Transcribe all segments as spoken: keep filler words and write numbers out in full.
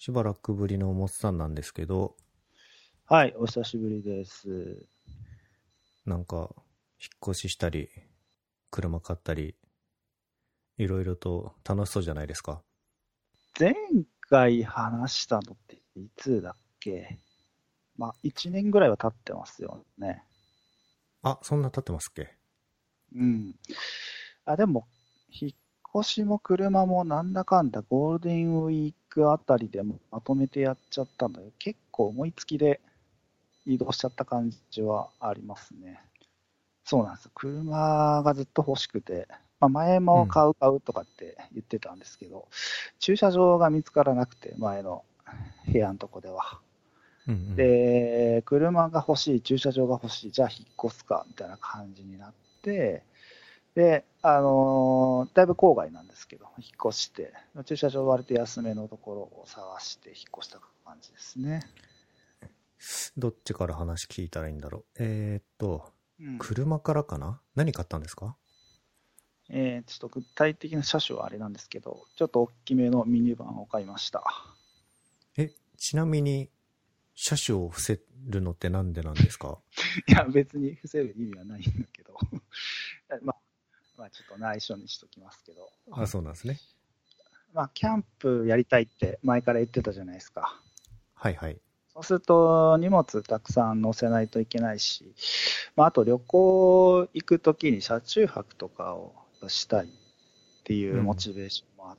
しばらくぶりのおもっさんなんですけど、 はい、お久しぶりです。 なんか、引っ越ししたり、車買ったり、いろいろと楽しそうじゃないですか。 前回話したのっていつだっけ？まあ、いちねんぐらいは経ってますよね。 あ、そんな経ってますっけ？ うん。あ、でも、引っ越しも車もなんだかんだゴールデンウィークあたりでもまとめてやっちゃったので、結構思いつきで移動しちゃった感じはありますね。そうなんです。車がずっと欲しくて、まあ、前もうん。 買う買うとかって言ってたんですけど、駐車場が見つからなくて、前の部屋のとこでは。 うんうん。 で、車が欲しい、駐車場が欲しい、じゃあ引っ越すか、みたいな感じになって、で、あのーだいぶ郊外なんですけど、引っ越して、駐車場割と安めのところを探して引っ越した感じですね。 どっちから話聞いたらいいんだろう。えーっと、 うん。 車からかな？何買ったんですか？ えー、ちょっと具体的な車種はあれなんですけど、ちょっと大きめのミニバンを買いました。 え、ちなみに、車種を伏せるのってなんでなんですか？ いや、別に伏せる意味はないんだけど、まあ、まあ、ちょっと内緒にしときますけど、 あ、そうなんですね。 まあ、キャンプやりたいって前から言ってたじゃないですか。 はいはい。 そうすると荷物たくさん載せないといけないし、まあ、あと旅行行くときに車中泊とかをしたいっていうモうん。 チベーションもあって、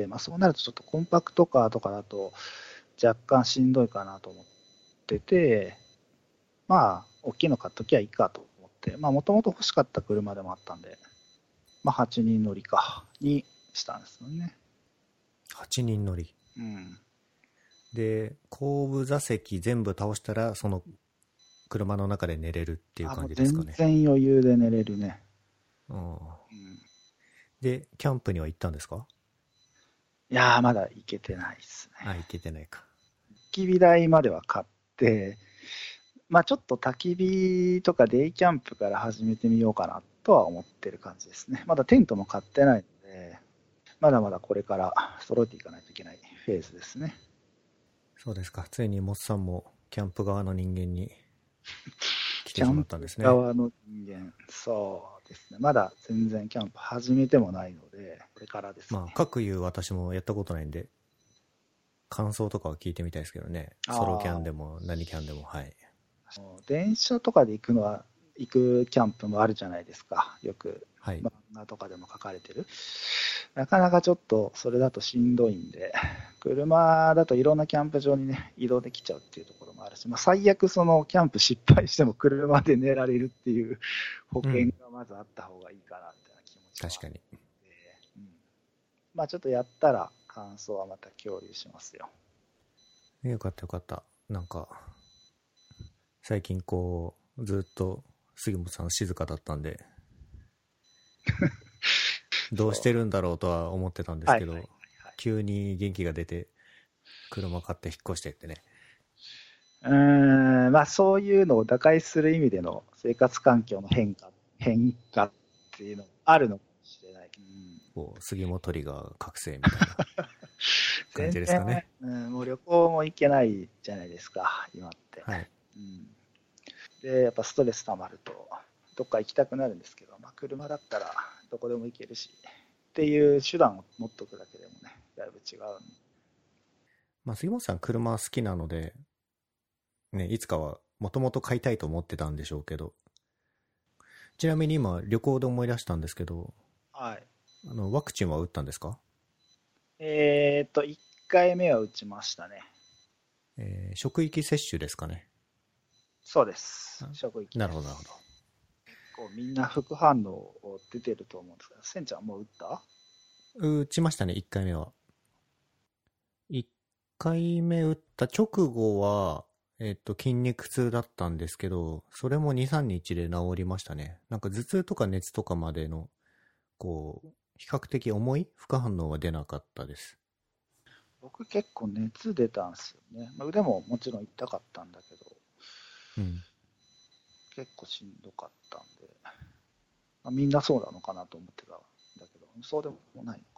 まあ、そうなるとちょっとコンパクトカーとかだと若干しんどいかなと思ってて、まあ、大きいの買っときゃいいかと思って、まあ、もともと欲しかった車でもあったんで、まあ、はちにん乗りかにしたんですよね。 はちにん乗り。 うん。 で、後部座席全部倒したら、その車の中で寝れるっていうあ、も感う全じですかね。 然余裕で寝れるね。 うん。 うん。 で、キャンプには行ったんですか？ いやー、まだ行けてないですね。 あ、行けてないか。 焚き火台までは買って、まあちょっと焚き火とかデイキャンプから始めてみようかなとは思ってる感じですね。まだテントも買ってないので、まだまだこれから揃えていかないといけないフェーズですね。 そうですか。ついにモッさんもキャンプ側の人間に来てしまったんでキャンプすね。 側の人間、そうですね。まだ全然キャンプ始めてもないので、これからですまあ、 ね。 各いう私もやったことないんで、感想とかは聞いてみたいですけどね。ソロキャンあでも何キャンでも、はい。 あ、電車とかで行くのは、行くキャンプもあるじゃないですか。よくはい。 漫画とかでも書かれてる。なかなかちょっとそれだとしんどいんで、車だといろんなキャンプ場にね、移動できちゃうっていうところもあるし、まあ、最悪そのキャンプ失敗しても車で寝られるっていう保うん。 険がまずあった方がいいかなみたいな気持ちはあっ確かに。 て、うん、まあちょっとやったら感想はまた共有しますよ。 よかったよかった。なんか、最近こう、ずっと杉本さん静かだったんで、どそう。 うしてるんだろうとは思ってたんですはいはいはいけど、急に元気が出て、車買って引っ越してってね。 はい。うーん、まあそういうのを打開する意味での生活環境の変化、変化っていうのもあるのかもしれない。うん、 こう、杉本リが覚醒みたいな感全然、 じですかね。 うん、もう旅行も行けないじゃないですか、今って。 はい。 うん、で、やっぱストレス溜まると、どっか行きたくなるんですけど、まあ、車だったらどこでも行けるし、っていう手段を持っとくだけでもね、だいぶ違う。 まあ、杉本さん車好きなので、ね、いつかはもともと買いたいと思ってたんでしょうけど、ちなみに今旅行で思い出したんですけど、 はい。 あの、ワクチンは打ったんですか？ えーっと、いっかいめは打ちましたね。 えー職域接種ですかね。 そうです。 あ、 職域なるほど、なるほど。 です。こうみんな副反応出てると思うんですけど、せんちゃんもう打った？ 打ちましたね、いっかいめは。いっかいめ打った直後は、えっと、筋肉痛だったんですけど、それもに、さんにちで治りましたね。なんか頭痛とか熱とかまでの、こう、比較的重い副反応は出なかったです。 僕結構熱出たんですよね。まあ、腕ももちろん痛かったんだけど、 うん。 結構しんどかったんで、まあ、みんなそうなのかなと思ってたんだけど、そうでもないのかな。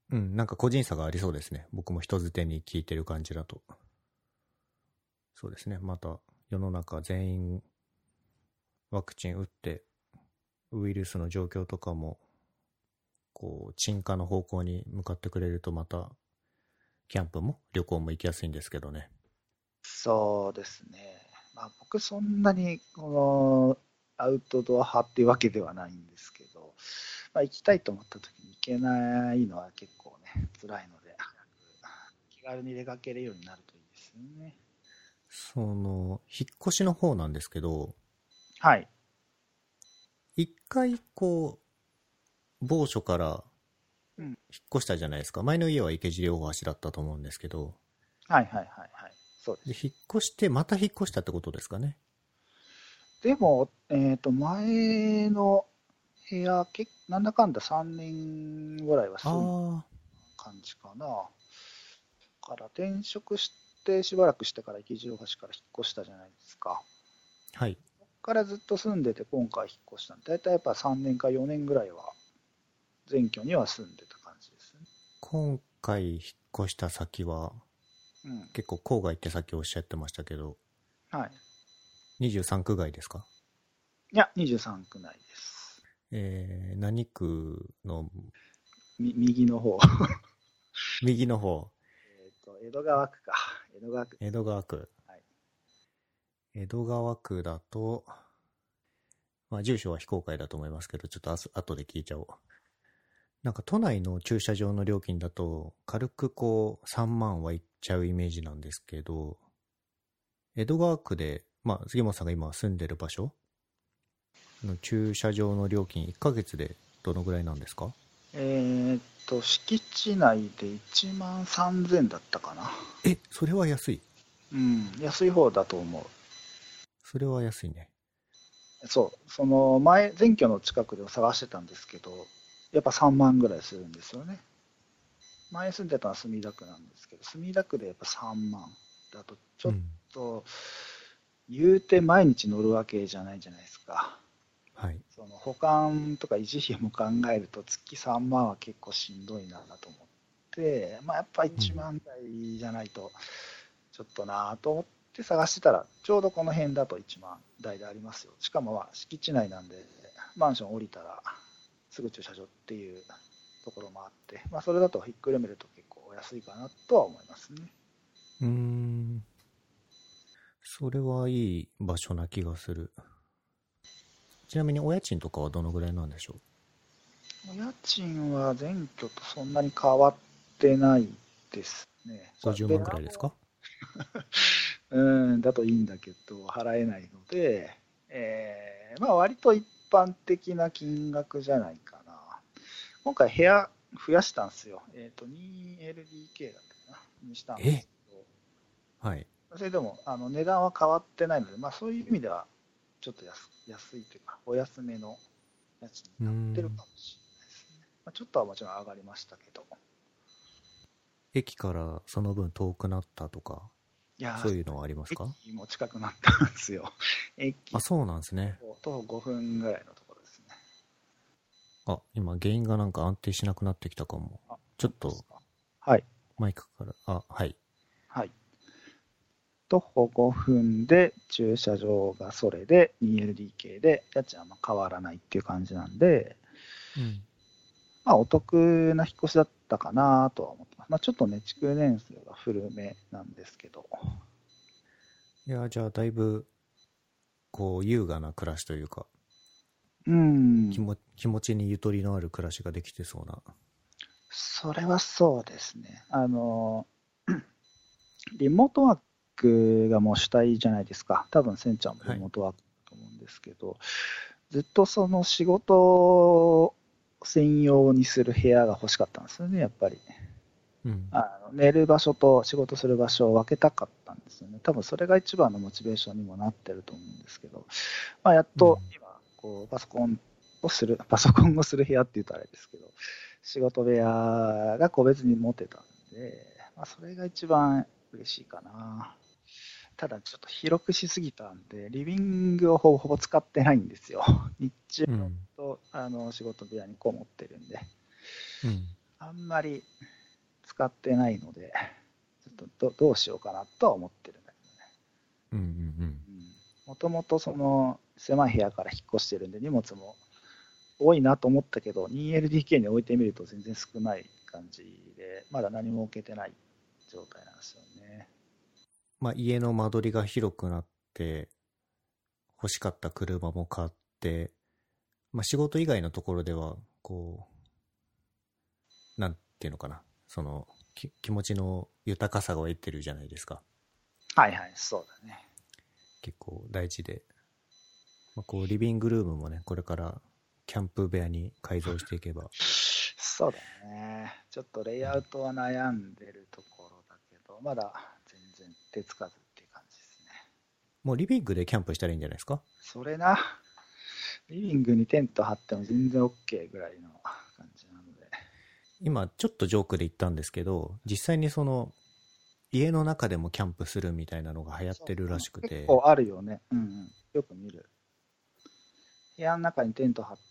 うん、なんか個人差がありそうですね。僕も人づてに聞いてる感じだと。そうですね。また世の中全員ワクチン打ってウイルスの状況とかもこう沈下の方向に向かってくれると、またキャンプも旅行も行きやすいんですけどね。 そうですね。まあ僕そんなにこのアウトドア派っていうわけではないんですけど、まあ、行きたいと思った時に行けないのは結構ね、辛いので、気軽に出かけるようになるといいですよね。 その、引っ越しの方なんですけど、 はい。 一回こう、某所からうん。 引っ越したじゃないですか。前の家は池尻大橋だったと思うんですけど、 はいはいはいはい。そうでで、 す。 引っ越してまた引っ越したってことですかね。 でも、えっと、前の部屋、けなんだかんださんねんぐらいは住んだあ感じかな。から転職してしばらくしてから池尻大橋から引っ越したじゃないですか。 あ、はい。 そこからずっと住んでて今回引っ越したんで、だいたいやっぱさんねんかよねんぐらいは前居には住んでた感じですね。 今回引っ越した先は、 うん。 結構郊外ってさっきおっしゃってましたけど、 はい。 にじゅうさん区外ですか？ いや、にじゅうさん区内です。 えー、何区のみ右の方。 右の方、 えっと、江戸川区か。江戸川区で江す。 戸川区。 はい。 江戸川区だと、まあ住所は非公開だと思いますけど、ちょっとあす後で聞いちゃおう。なんか都内の駐車場の料金だと、軽くこうさんまんはいっちゃうイメージなんですけど、江戸川区で、まあ杉本さんが今住んでる場所の駐車場の料金いっかげつでどのぐらいなんですか？ えーっと、敷地内でいちまんさんぜんだったかな。 え、それは安い。 うん、安い方だと思う。 それは安いね。 そう、その前、前居の近くで探してたんですけど、やっぱさんまんぐらいするんですよね。前住んでたのは墨田区なんですけど、墨田区でやっぱさんまんだと、ちょっうん。 と、言うて毎日乗るわけじゃないじゃないですか。 はい。 その保管とか維持費も考えると、月さんまんは結構しんどいなと思って、まあ、やっぱ1 うん。 万台じゃないと、ちょっとなと思って探してたら、ちょうどこの辺だといちまん台でありますよ。しかもまあ敷地内なんで、マンション降りたらすぐ駐車場っていうところもあって、まあ、それだとひっくるめると結構安いかなとは思いますね。 うーん。それはいい場所な気がする。ちなみにお家賃とかはどのぐらいなんでしょ家賃は前居とそんなに変わってないですね。 う？ ごじゅうベ万ラもくらいですか？ うんだといいんだけど、払えないので、えーまあ割と一般的な金額じゃないかな。今回部屋増やしたんですよ。えっ、と、にエルディーケー だったかなにしたんでえ、 すけはい。 ど、それでもあの値段は変わってないので、まあそういう意味ではちょっと安安いというか、お安めの家賃うーになってるかん。 もしれないですね。まあ、ちょっとはもちろん上がりましたけど。 駅からその分遠くなったとか、 いやー、 そういうのはありますか？ 駅も近くなったんですよ。 あ、 駅そうなんですね。 徒歩ごふんぐらいのところですね。 あ、今原因がなんか安定しなくなってきたかも。 あ、 ちょっと本当ですか。はい。 マイクから、あ、はい。 はい。徒歩ごふんで駐車場がそれで にエルディーケー で家賃はまあ変わらないっていう感じなんで、 うん。 まあお得な引っ越しだったかなとは思ってます。まあちょっとね、築年数が古めなんですけど。 いや、じゃあだいぶ、こう、優雅な暮らしというか、 うん。 気も気持ちにゆとりのある暮らしができてそうな。 それはそうですね。あの、リモートワークがもう主体じゃないですか。多分、センちゃんもリはい。 モートワークだと思うんですけど、ずっとその仕事専用にする部屋が欲しかったんですよね、やっぱり。 うん。 あの寝る場所と仕事する場所を分けたかったんですよね。多分それが一番のモチベーションにもなってると思うんですけど、まあ、やっうん。 と今、こうパソコンをする、パソコンをする部屋って言うとあれですけど、仕事部屋が個別に持てたんで、まあ、それが一番嬉しいかな。ただちょっと広くしすぎたんで、リビングをほぼほぼ使ってないんですよ。日中うん。 とあの仕事部屋にこもってるんで。 うん。 あんまり使ってないので、ちょっと ど, どうしようかなとは思ってるんだけどね。 うんうんうん。 もともとその狭い部屋から引っ越してるんで荷物も多いなと思ったけど ツーエルディーケー に置いてみると全然少ない感じで、まだ何も置けてない状態なんですよね。 まあ家の間取りが広くなって、欲しかった車も買って、まあ仕事以外のところでは、こう、なんていうのかな。その、き気持ちの豊かさを得てるじゃないですか。 はいはい、そうだね。 結構大事で。まあ、こう、リビングルームもね、これからキャンプ部屋に改造していけば。 そうだね。ちょっとレイアウトは悩んでるところだけど、まだ全然手つかずっていう感じですね。 もうリビングでキャンプしたらいいんじゃないですか？ それな。リビングにテント張っても全然 OK ぐらいの感じなので。 今、ちょっとジョークで言ったんですけど、実際にその、家の中でもキャンプするみたいなのが流行ってるらしくて。 結構あるよね。うんうん。よく見る。部屋の中にテント張って、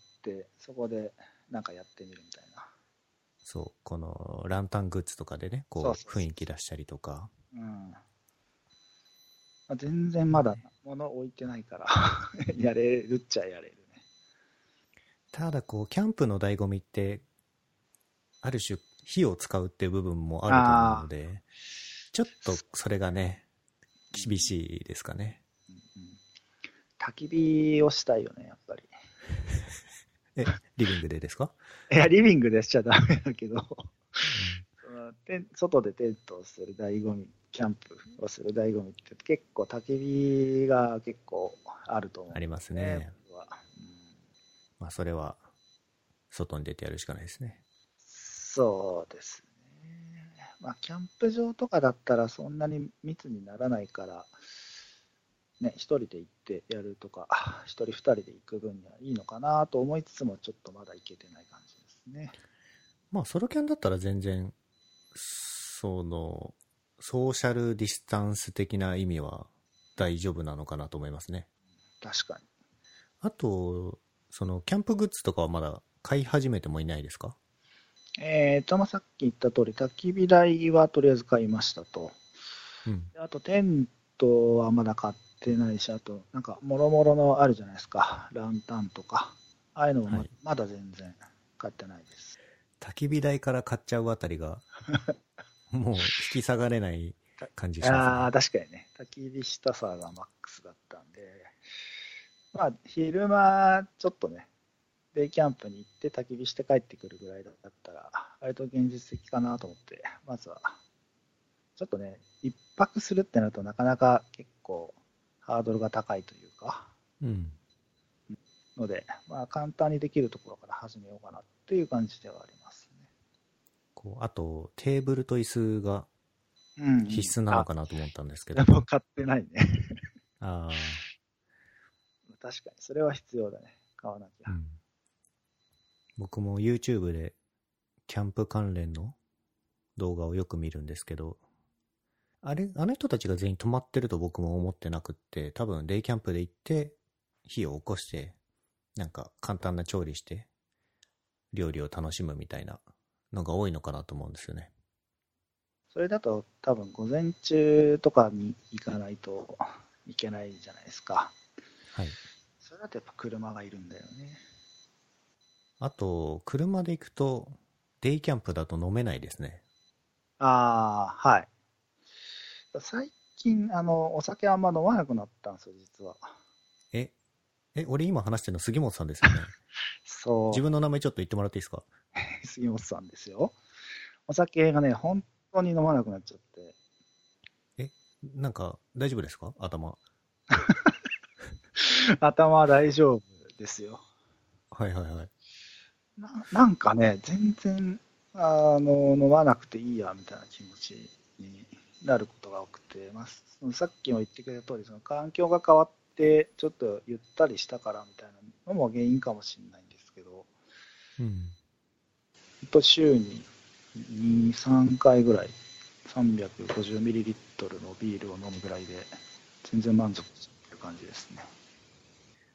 そこでなんかやってみるみたいな。 そう、このランタングッズとかでね、こう雰囲気出したりとか。 うん。まあ、全然まだ物置いてないからやれるっちゃやれるね。 ただこう、キャンプの醍醐味って、ある種火を使うっていう部分もあると思うので、ちょっとそれがね、厳しいですかね。 うんうん、焚き火をしたいよね、やっぱり。 え、リビングでですか？ いや、リビングでしちゃダメだけど、うん、テン外でテントをする醍醐味、キャンプをする醍醐味って結構焚き火が結構あると思う、ね。 ありますね。 うん、 まあそれは外に出てやるしかないですね。 そうですね。まあキャンプ場とかだったらそんなに密にならないから、ね、一人で行ってやるとか、一人二人で行く分にはいいのかなと思いつつも、ちょっとまだ行けてない感じですね。 まあソロキャンだったら全然、その、ソーシャルディスタンス的な意味は大丈夫なのかなと思いますね。 確かに。 あと、その、キャンプグッズとかはまだ買い始めてもいないですか？ えーと、まあ、さっき言った通り、焚き火台はとりあえず買いましたと。 うん。 あと、テントはまだ買ってないし、あと、なんか、もろもろのあるじゃないですか。ランタンとか。ああいうのもま,、 はい、 まだ全然買ってないです。 焚き火台から買っちゃうあたりが、もう引き下がれない感じしますね。 ああ、確かにね。焚き火したさがマックスだったんで、まあ、昼間、ちょっとね、デイキャンプに行って焚き火して帰ってくるぐらいだったら、割と現実的かなと思って、まずは、ちょっとね、一泊するってなるとなかなか結構ハードルが高いというか、 うん。 ので、まあ簡単にできるところから始めようかなっていう感じではありますね。 こう、あと、テーブルと椅子がうん、うん。 必須なのかなと思ったんですけど。 でも買ってないね。 ああ。 確かに、それは必要だね。買わなきゃ。 うん。僕も YouTube でキャンプ関連の動画をよく見るんですけど、あれ、あの人たちが全員泊まってると僕も思ってなくって、多分デイキャンプで行って火を起こして、なんか簡単な調理して料理を楽しむみたいなのが多いのかなと思うんですよね。 それだと多分午前中とかに行かないといけないじゃないですか。 はい。 それだとやっぱ車がいるんだよね。 あと、車で行くとデイキャンプだと飲めないですね。 ああ、はい。最近、あの、お酒あんま飲まなくなったんですよ、実は。 え、え、俺今話してるの杉本さんですよね。 そう。 自分の名前ちょっと言ってもらっていいですか？ 杉本さんですよ。お酒がね、本当に飲まなくなっちゃって。 え、なんか大丈夫ですか？頭。 頭は大丈夫ですよ。 はいはいはい。 な、なんかね、全然、あの、飲まなくていいや、みたいな気持ちになることが多くて、まあ、そのさっきも言ってくれた通り、その環境が変わって、ちょっとゆったりしたからみたいなのも原因かもしれないんですけど、 うん。 ほんと週にに、さんかいぐらい、さんびゃくごじゅうミリリットル のビールを飲むぐらいで、全然満足してる感じですね。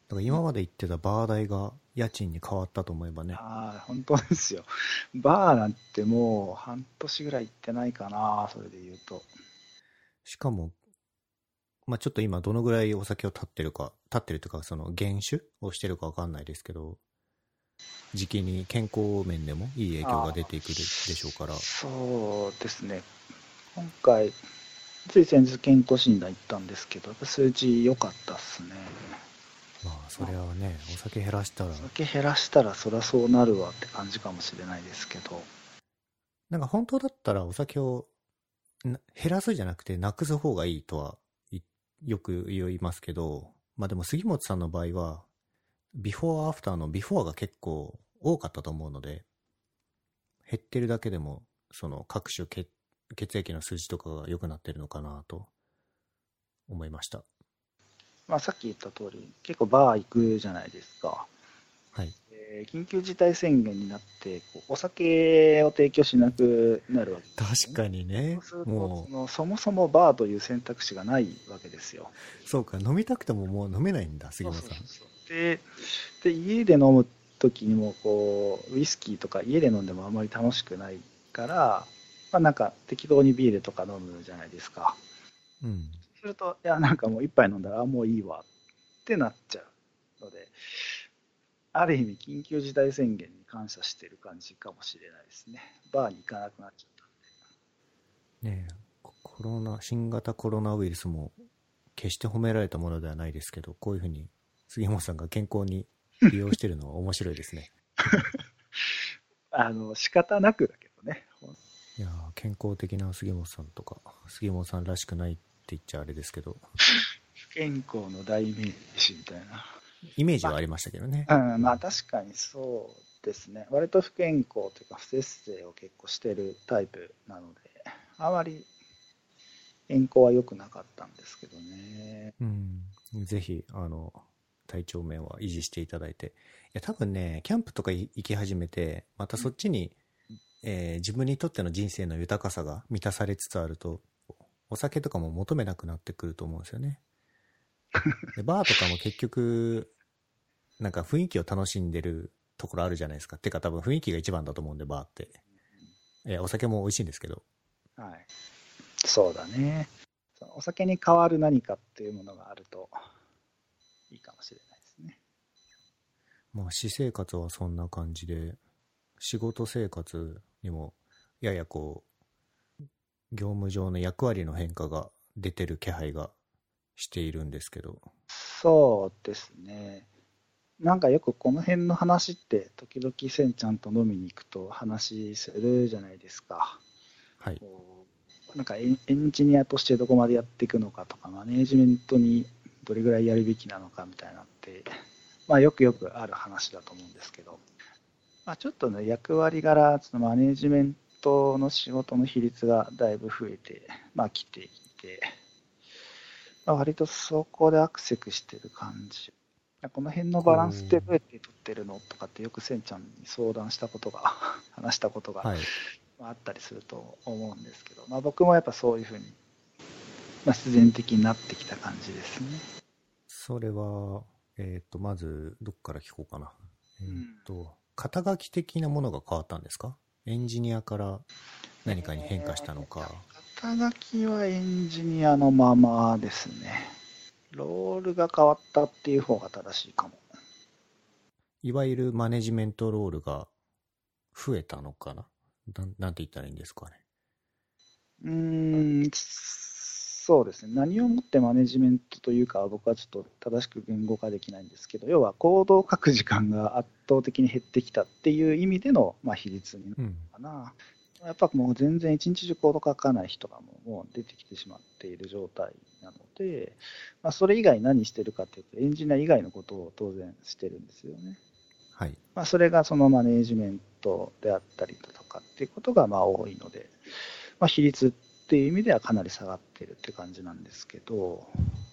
から今まで言ってたバー代が家賃に変わったと思えばね。 ああ、本当ですよ。バーなんてもう半年ぐらい行ってないかな、それで言うと。 しかも、まあちょっと今どのぐらいお酒を立ってるか、立ってるというかその減酒をしてるかわかんないですけど、時期に健康面でもいい影響が出ていくでしょうから。 そうですね。今回、つい先日健康診断行ったんですけど、数値良かったっすね。 まあそれはね、お酒減らしたら、 お酒減らしたらそりゃそうなるわって感じかもしれないですけど。 なんか本当だったらお酒を減らすじゃなくてなくす方がいいとはよく言いますけど、まあでも杉本さんの場合は、ビフォーアフターのビフォーが結構多かったと思うので、減ってるだけでも、その各種血、血液の数字とかが良くなってるのかなと思いました。 まあさっき言った通り、結構バー行くじゃないですか。 はい。 えー緊急事態宣言になって、こうお酒を提供しなくなるわけですよね。 確かにね。 そうするともその、そもそもバーという選択肢がないわけですよ。 う、そうか、飲みたくてももう飲めないんだ、杉そう本さん。 そうそうでで、家で飲む時にもこう、ウイスキーとか家で飲んでもあんまり楽しくないから、まあ、なんか適当にビールとか飲むじゃないですか。 うん。 そうすると、いや、なんかもう一杯飲んだら、あ、もういいわってなっちゃうので、ある意味、緊急事態宣言に感謝してる感じかもしれないですね。バーに行かなくなっちゃったんで。 ねえ、コロナ、新型コロナウイルスも決して褒められたものではないですけど、こういうふうに杉本さんが健康に利用してるのは面白いですね。 あの、仕方なくだけどね。 いやー、健康的な杉本さんとか、杉本さんらしくないって言っちゃあれですけど、 不健康の代名詞みたいな。 イメージはありましたけどね。 うん、まあ確かにそうですね。割と不健康というか不節制を結構してるタイプなので、あまり健康は良くなかったんですけどね。 うん。ぜひ、あの、体調面は維持していただいて。いや、多分ね、キャンプとか行き始めて、またそっちに、えー自分にとっての人生の豊かさが満たされつつあると、お酒とかも求めなくなってくると思うんですよね。で、バーとかも結局、なんか雰囲気を楽しんでるところあるじゃないですか。てか多分雰囲気が一番だと思うんで、バーって。いや、お酒も美味しいんですけど。 はい。そうだね。そのお酒に代わる何かっていうものがあるといいかもしれないですね。 まあ、私生活はそんな感じで、仕事生活にも、ややこう、業務上の役割の変化が出てる気配がしているんですけど。 そうですね。なんかよくこの辺の話って時々せんちゃんと飲みに行くと話するじゃないですか。 はい。 こうなんかエンエンジニアとしてどこまでやっていくのかとか、マネージメントにどれぐらいやるべきなのかみたいなのって、まあ、よくよくある話だと思うんですけど、まあ、ちょっとね、役割柄、そのマネージメントの仕事の比率がだいぶ増えて、まあ、来ていて、まあ、割とそこでアクセクしてる感じ。この辺のバランスってどうやって取ってるのとかってよくせんちゃんに相談したことが、話したことがはい。 あったりすると思うんですけど、まあ、僕もやっぱそういうふうに、まあ、必然的になってきた感じですね。 それは、えっと、まず、どっから聞こうかな。えっうん、 と、肩書き的なものが変わったんですか？エンジニアから何かに変化したのか。 肩書きはエンジニアのままですね。ロールが変わったっていう方が正しいかも。 いわゆるマネジメントロールが増えたのかな。なん、なんて言ったらいいんですかね。 うーん、そうですね。何をもってマネジメントというかは僕はちょっと正しく言語化できないんですけど、要はコードを書く時間が圧倒的に減ってきたっていう意味での、まあ、比率になるうん。 のかな。やっぱもう全然一日中コード書かない人がもうもう出てきてしまっている状態なので、まあ、それ以外何してるかっていうと、エンジニア以外のことを当然してるんですよね。 はい。 まあ、それがそのマネージメントであったりだとかっていうことがまあ多いので、まあ、比率っていう意味ではかなり下がってるって感じなんですけど、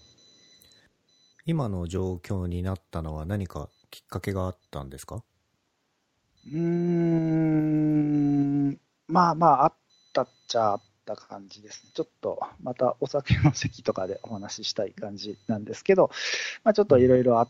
今の状況になったのは何かきっかけがあったんですか？ うーん、まあまあ、あったっちゃあっった感じですね。ちょっとまたお酒の席とかでお話ししたい感じなんですけど、まあ、ちょっといろいろあって、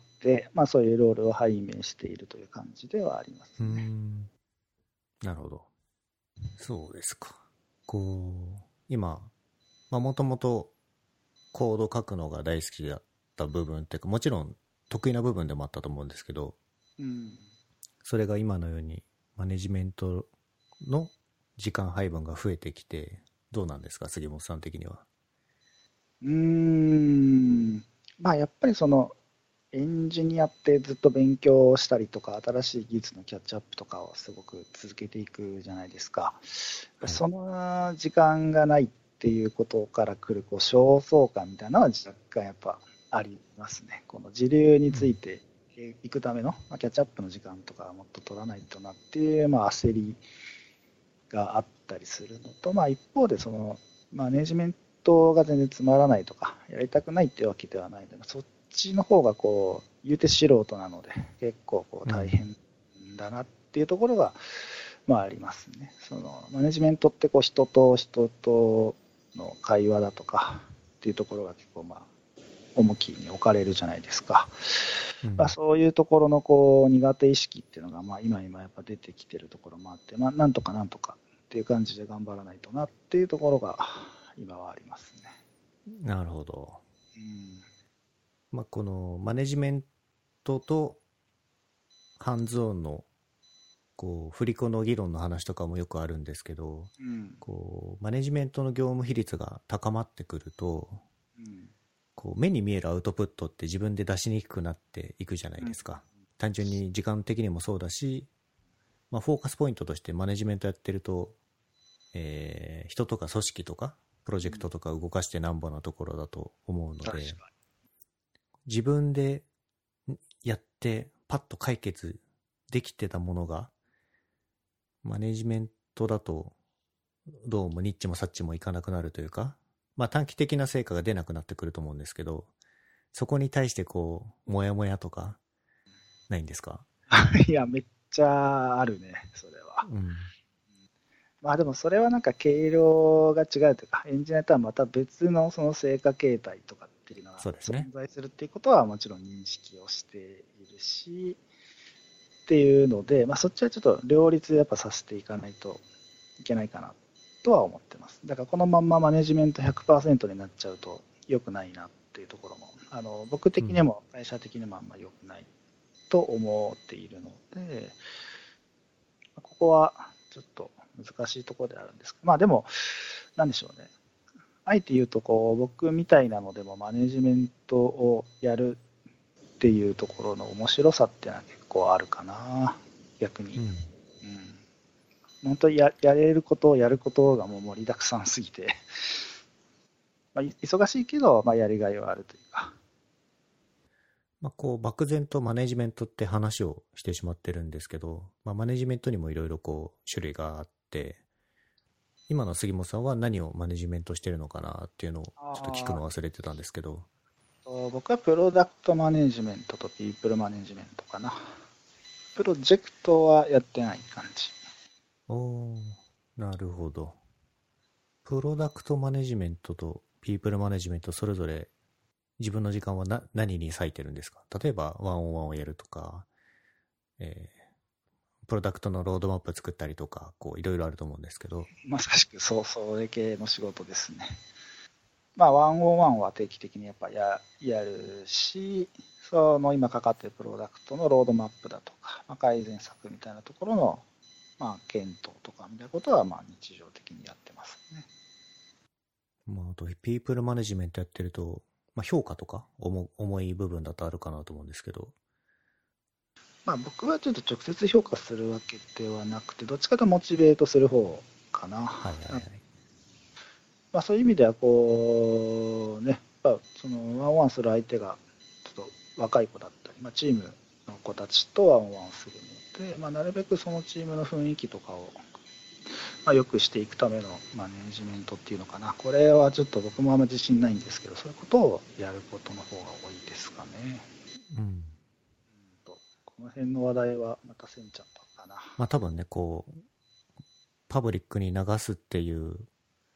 まあ、そういうロールを拝命しているという感じではありますうーね。 ん。なるほど。そうですか。こう、今、まあもともとコード書くのが大好きだった部分っていうか、もちろん得意な部分でもあったと思うんですけど、 うん。 それが今のようにマネジメントの時間配分が増えてきて、どうなんですか、杉本さん的には。 うーん。まあ、やっぱりその、エンジニアってずっと勉強したりとか、新しい技術のキャッチアップとかをすごく続けていくじゃないですか。 はい。 その時間がないっていうことから来るこう焦燥感みたいなのは若干やっぱありますね。この時流にうん。 ついていくための、まあ、キャッチアップの時間とかはもっと取らないとなっていう、まあ、焦りがあったりするのと、まあ、一方でそのマネジメントが全然つまらないとかやりたくないっていうわけではないので、そっちの方がこう言うて素人なので結構こううん。 大変だなっていうところが、まあ、ありますね。そのマネジメントってこう人と人との会話だとかっていうところが結構まあ重きに置かれるじゃないですか。まあ、 うん。 そういうところのこう苦手意識っていうのがまあ今今やっぱ出てきてるところもあって、まあ、なんとかなんとかっていう感じで頑張らないとなっていうところが今はありますね。 なるほど。 うん。 まあ、このマネジメントとハンズオンのこう振り子の議論の話とかもよくあるんですけど、 うん。 こうマネジメントの業務比率が高まってくると、 うん。 こう目に見えるアウトプットって自分で出しにくくなっていくじゃないうん。 ですか。単純に時間的にもそうだし、まあ、フォーカスポイントとしてマネジメントやってると、えー人とか組織とかプロジェクトとか動かしてなんぼのところだと思うの確で、 か自分でやってパッと解決できてたものがマネジメントだとどうもニッチもサッチもいかなくなるというか、まあ短期的な成果が出なくなってくると思うんですけど、そこに対してこうモヤモヤとかないんですか？ に。いや、めっちゃあるね、それは。 うん。 まあでもそれはなんか毛色が違うというか、エンジニアとはまた別のその成果形態とかっていうのがそうですね。 存在するっていうことはもちろん認識をしているし、っていうので、まあ、そっちはちょっと両立やっぱさせていかないといけないかなとは思ってます。だからこのまんまマネジメントひゃくパーセントになっちゃうと良くないなっていうところも、あの僕うん。 的にも会社的にもあんま良くないと思っているので、ここはちょっと難しいところであるんですけど、まあでも、なんでしょうね。あえて言うとこう、僕みたいなのでもマネジメントをやるっていうところの面白さっていうのは結構あるかな、逆に。 うん。 うん、本当にややれることをやることがもう盛りだくさんすぎてまあ忙しいけど、まあ、やりがいはあるというか。 まあこう漠然とマネジメントって話をしてしまってるんですけど、まあマネジメントにもいろいろこう種類があって、今の杉本さんは何をマネジメントしてるのかなっていうのをちょっと聞くあの忘れてたんですけど。 と僕はプロダクトマネジメントとピープルマネジメントかな。プロジェクトはやってない感じ。 おー、なるほど。プロダクトマネジメントとピープルマネジメントそれぞれ自分の時間はな何に割いてるんですか？例えばワンオンワンをやるとか、えー、プロダクトのロードマップ作ったりとか、こういろいろあると思うんですけど。 まさしくそう、それ系の仕事ですね。まあ、ワンオンワンは定期的にやっぱややるし、その今かかっているプロダクトのロードマップだとか、まあ、改善策みたいなところの、まあ、検討とかみたいなことはまあ日常的にやってますね。 まあ、あとピープルマネジメントやってると、まあ、評価とか重重い部分だとあるかなと思うんですけど。 まあ、僕はちょっと直接評価するわけではなくて、どっちかというとモチベートする方かな。 はいはいはい。 まあ、そういう意味ではこうね、やっぱそのワンワンする相手がちょっと若い子だったり、まあ、チームの子たちとワンワンするので、まあ、なるべくそのチームの雰囲気とかを、まあ、良くしていくためのマネジメントっていうのかな。これはちょっと僕もあんま自信ないんですけど、そういうことをやることの方が多いですかね。 うん。 うんとこの辺の話題はまたせんちゃったかな。 まあ多分ね、こう、パブリックに流すっていう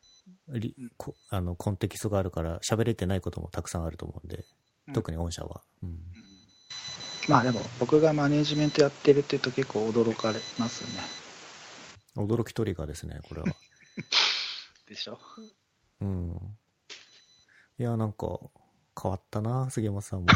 リこあのコンテキストがあるから喋れてないこともたくさんあると思うんで、 うん特に御社は。うん。 まあでも僕がマネジメントやってるって言うと結構驚かれますね。 驚きトリガーですね、これは。 でしょ。 うん。いや、なんか、変わったな、杉本さんも。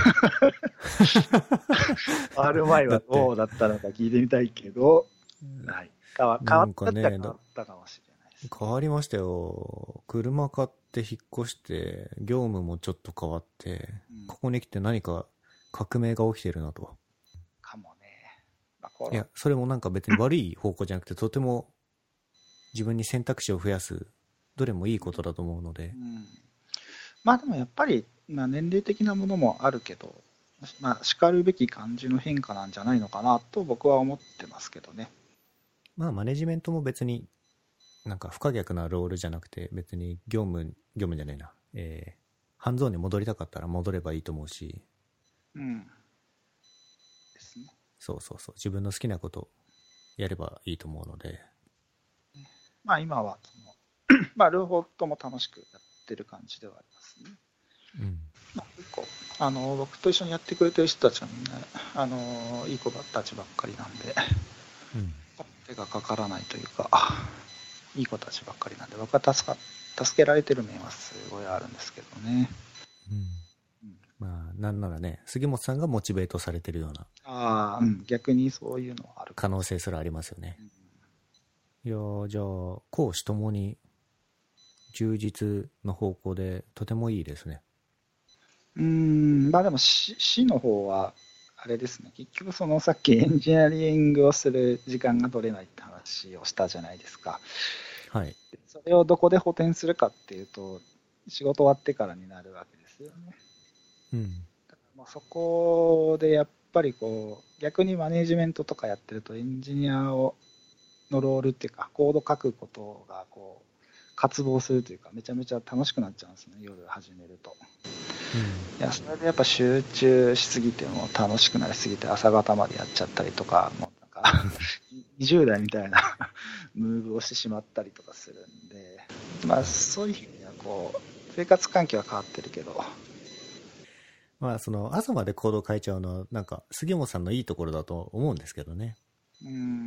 変わる前はどうだったのか聞いてみたいけど、はい。変わ変わったって変わったかもしれないです。 変わりましたよ。車買って引っ越して、業務もちょっと変わって、うん、ここに来て何か革命が起きてるなと。 かもね。まあ、 いや、それもなんか別に悪い方向じゃなくて、とても自分に選択肢を増やす、どれもいいことだと思うので。 うん、まあでもやっぱり、まあ、年齢的なものもあるけど、まあ、しかるべき感じの変化なんじゃないのかなと僕は思ってますけどね。 まあマネジメントも別になんか不可逆なロールじゃなくて、別に業務、業務じゃないな、えー、ハンズオンに戻りたかったら戻ればいいと思うし、 うん。ですね。 そうそうそう、自分の好きなことやればいいと思うので。 まあ今はその、まあ両方とも楽しくやってる感じではありますね。 うん。 まあ、結構あの僕と一緒にやってくれてる人たちはみんなあのいい子たちばっかりなんで、 うん、 手がかからないというか、いい子たちばっかりなんで、僕は助か助けられてる面はすごいあるんですけどね。 うんうん、まあなんならね、杉本さんがモチベートされてるような、 あ、うん、逆にそういうのはある可能性すらありますよね。うん、いやじゃあ公私ともに充実の方向でとてもいいですね。 うーん、まあでも市、市の方は、あれですね、結局そのさっきエンジニアリングをする時間が取れないって話をしたじゃないですか。 はい。 それをどこで補填するかっていうと、仕事終わってからになるわけですよね。 うん。 だからまあそこでやっぱりこう、逆にマネジメントとかやってるとエンジニアをのロールっていうか、コード書くことがこう、渇望するというか、めちゃめちゃ楽しくなっちゃうんですね、夜始めると。うん、いや、それでやっぱ集中しすぎても楽しくなりすぎて朝方までやっちゃったりとか、もうなんかにじゅう代みたいなムーブをしてしまったりとかするんで、まあそういう意味ではこう、生活環境は変わってるけど。 まあその朝までコード書いちゃうのはなんか杉本さんのいいところだと思うんですけどね。うん、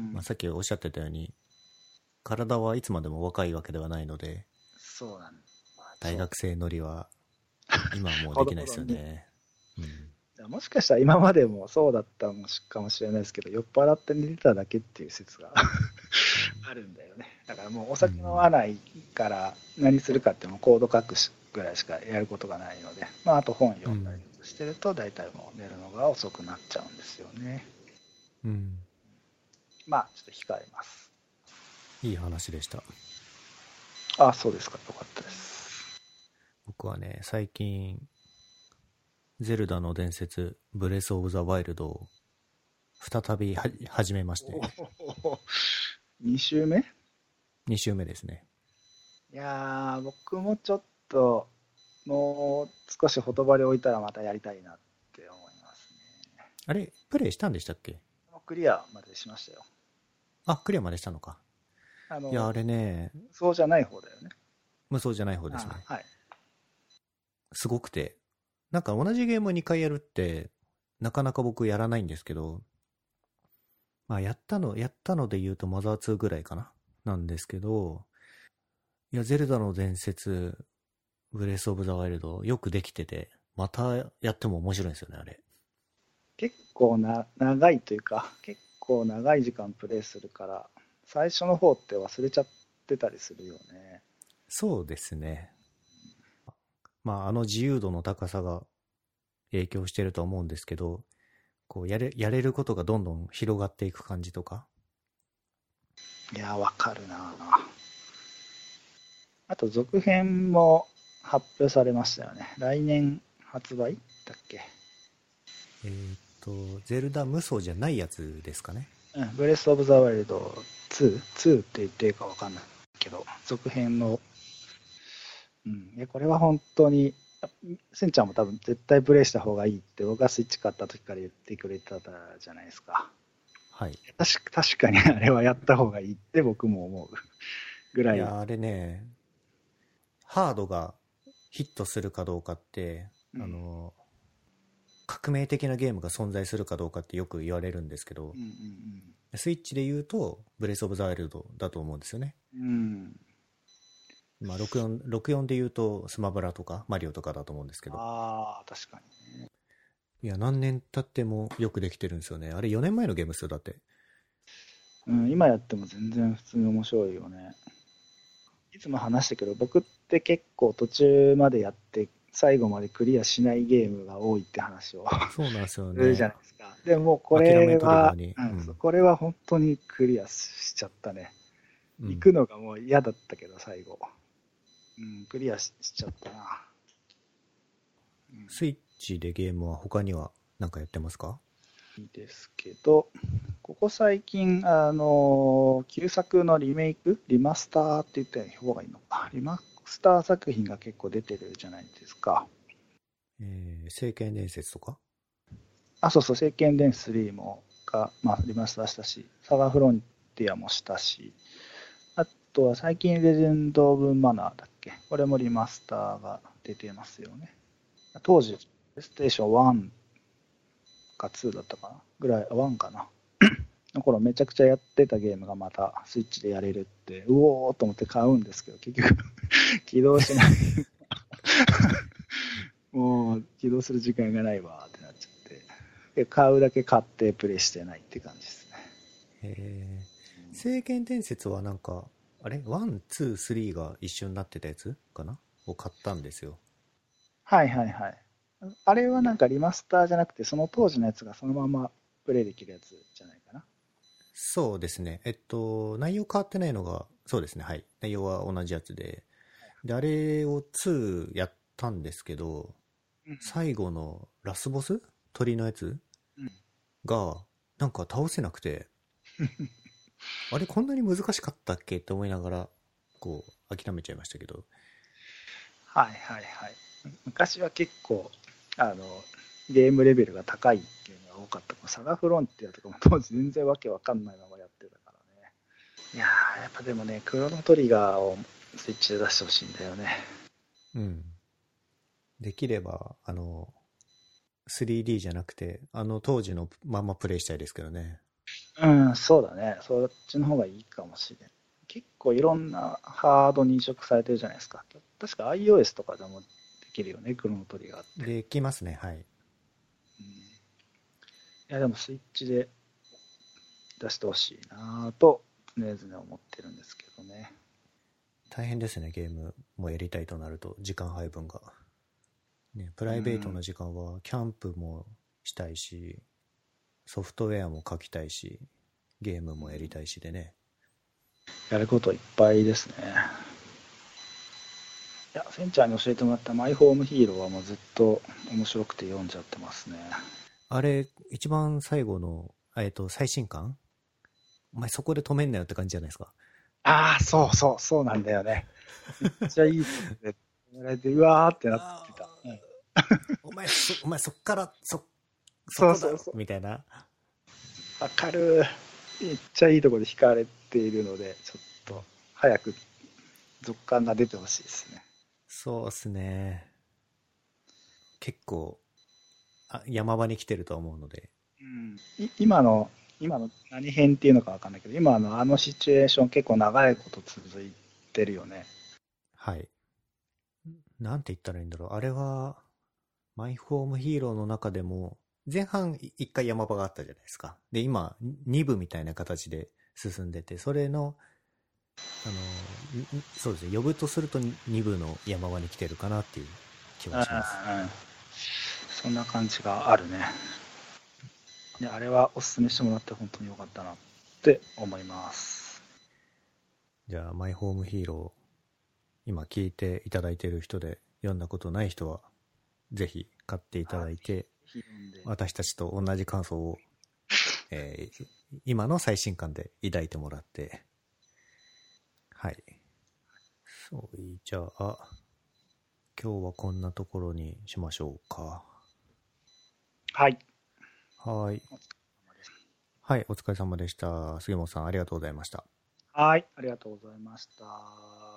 まあ、さっきおっしゃってたように、体はいつまでも若いわけではないので、 そうなん大学生乗りは今はもうできないですよね。 うん、もしかしたら今までもそうだったかもしれないですけど、酔っ払って寝てただけっていう説があるんだよね。だからもうお酒飲まないから何するかってもコード書くぐらいしかやることがないので、まあ、あと本読んだりしてると大体もう寝るのが遅くなっちゃうんですよね。 うん。 まあちょっと控えます。 いい話でした。 あ、そうですか。よかったです。 僕はね、最近ゼルダの伝説ブレスオブザワイルドを再びは始めまして。 に週目 ? に 週目ですね。 いやー、僕もちょっともう少しほとばり置いたらまたやりたいなって思いますね。 あれ、プレイしたんでしたっけ？ クリアまでしましたよ。 あ、クリアまでしたのか。あのいや、あれね。 そうじゃない方だよね。 無双じゃない方ですね。 はい。 すごくて。なんか同じゲームをにかいやるって、なかなか僕やらないんですけど、まあやったの、やったので言うとマザーツーぐらいかななんですけど、いや、ゼルダの伝説、ブレスオブザワイルド、よくできてて、またやっても面白いんですよね、あれ。 結構な、長いというか、結構長い時間プレイするから、最初の方って忘れちゃってたりするよね。 そうですね。まあ、あの自由度の高さが影響してると思うんですけど、こうやれ、やれることがどんどん広がっていく感じとか。 いや、わかるな。あと、続編も発表されましたよね。来年発売だっけ？ えっと、ゼルダ無双じゃないやつですかね。 うん、ブレスオブザワイルドツー、ツーって言っていいかわかんないけど、続編の、うん、いやこれは本当に、せんちゃんも多分絶対プレイした方がいいって僕がスイッチ買った時から言ってくれてたじゃないですか。 はい。 確か、確かにあれはやった方がいいって僕も思うぐらい。 いや、あれね、 ハードがヒットするかどうかって、うん、あの革命的なゲームが存在するかどうかってよく言われるんですけど、うんうんうん、スイッチで言うとブレスオブザワイルドだと思うんですよね。うん、まあ、ろくじゅうよん、ろくじゅうよんで言うとスマブラとかマリオとかだと思うんですけど。 ああ、確かにね。 いや、何年経ってもよくできてるんですよね。あれよねんまえのゲーム数だって。 うん、今やっても全然普通に面白いよね。いつも話したけど、僕って結構途中までやって最後までクリアしないゲームが多いって話をそうなんですよね。 するじゃないですか。でもこれは、うん、これは本当にクリアしちゃったね。うん、行くのがもう嫌だったけど最後、うん、クリア し, しちゃったな、 うん。スイッチでゲームは他には何かやってますか？ いいですけど、ここ最近、あの、旧作のリメイク、リマスターって言った方がいいのか。リマスター作品が結構出てるじゃないですか。 えー、聖剣伝説とか？ あ、そうそう、聖剣伝説スリーもが、まあ、リマスターしたし、サガフロンティアもしたし、あとは最近レジェンド・オブ・マナーだっけ。これもリマスターが出てますよね。当時、プレイステーションワンかツーだったかなぐらい、ワンかな。の頃めちゃくちゃやってたゲームがまたスイッチでやれるって、うおーと思って買うんですけど、結局起動しないもう起動する時間がないわってなっちゃって、で買うだけ買ってプレイしてないって感じですね。 へー。聖剣伝説はなんか、あれワン、ツー、スリーが一緒になってたやつかなを買ったんですよ。 はいはいはい。あれはなんかリマスターじゃなくて、その当時のやつがそのままプレイできるやつじゃないかな。 そうですね。えっと、内容変わってないのが、そうですね。はい。内容は同じやつで。で、あれをツーやったんですけど、うん、最後のラスボス鳥のやつ、うん、が、なんか倒せなくて、あれこんなに難しかったっけって思いながら、こう、諦めちゃいましたけど。 はいはいはい。昔は結構、あの、ゲームレベルが高いっていうのが多かった。サガフロンティアとかも当時全然わけわかんないままやってたからね。いやー、やっぱでもね、クロノトリガーをスイッチで出してほしいんだよね。 うん。できれば、あの、スリーディー じゃなくて、あの当時のまんまプレイしたいですけどね。 うん、そうだね。そっちの方がいいかもしれない。結構いろんなハードに移植されてるじゃないですか。確か iOS とかでもできるよね、クロノトリガーって。 できますね、はい。うん、いや、でもスイッチで出してほしいなと常々思ってるんですけどね。 大変ですね、ゲームもやりたいとなると時間配分が、ね、プライベートの時間はキャンプもしたいし、ソフトウェアも書きたいし、ゲームもやりたいしでね、 やることいっぱいですね。いや、センちゃんに教えてもらったマイホームヒーローはもうずっと面白くて読んじゃってますね。 あれ一番最後の、えっと最新刊、お前そこで止めんなよって感じじゃないですか。 ああ、そうそう、そうなんだよね。めっちゃいいって言われて、うわーってなってた。うん、 お前そ、お前そっから、そ、そこだろそうそうそうみたいな。 わかる。めっちゃいいところで惹かれているので、ちょっと早く続刊が出てほしいですね。 そうっすね。結構あ山場に来てると思うので。 うん、今の、今の何編っていうのかわかんないけど、今のあのシチュエーション結構長いこと続いてるよね。 はい。なんて言ったらいいんだろう。あれは、マイホームヒーローの中でも、前半一回山場があったじゃないですか。で、今、に部みたいな形で進んでて、それの、あの、そうですね、呼ぶとするとに部の山場に来てるかなっていう気はします。 うん、そんな感じがあるね。で、あれはおすすめしてもらって本当に良かったなって思います。 じゃあ、マイホームヒーロー、今聞いていただいている人で読んだことない人は、ぜひ買っていただいて、私たちと同じ感想を、えー、今の最新刊で抱いてもらって、はい。そう、じゃあ、今日はこんなところにしましょうか。 はい。 はい。はい、お疲れ様でした。杉本さん、ありがとうございました。 はい、ありがとうございました。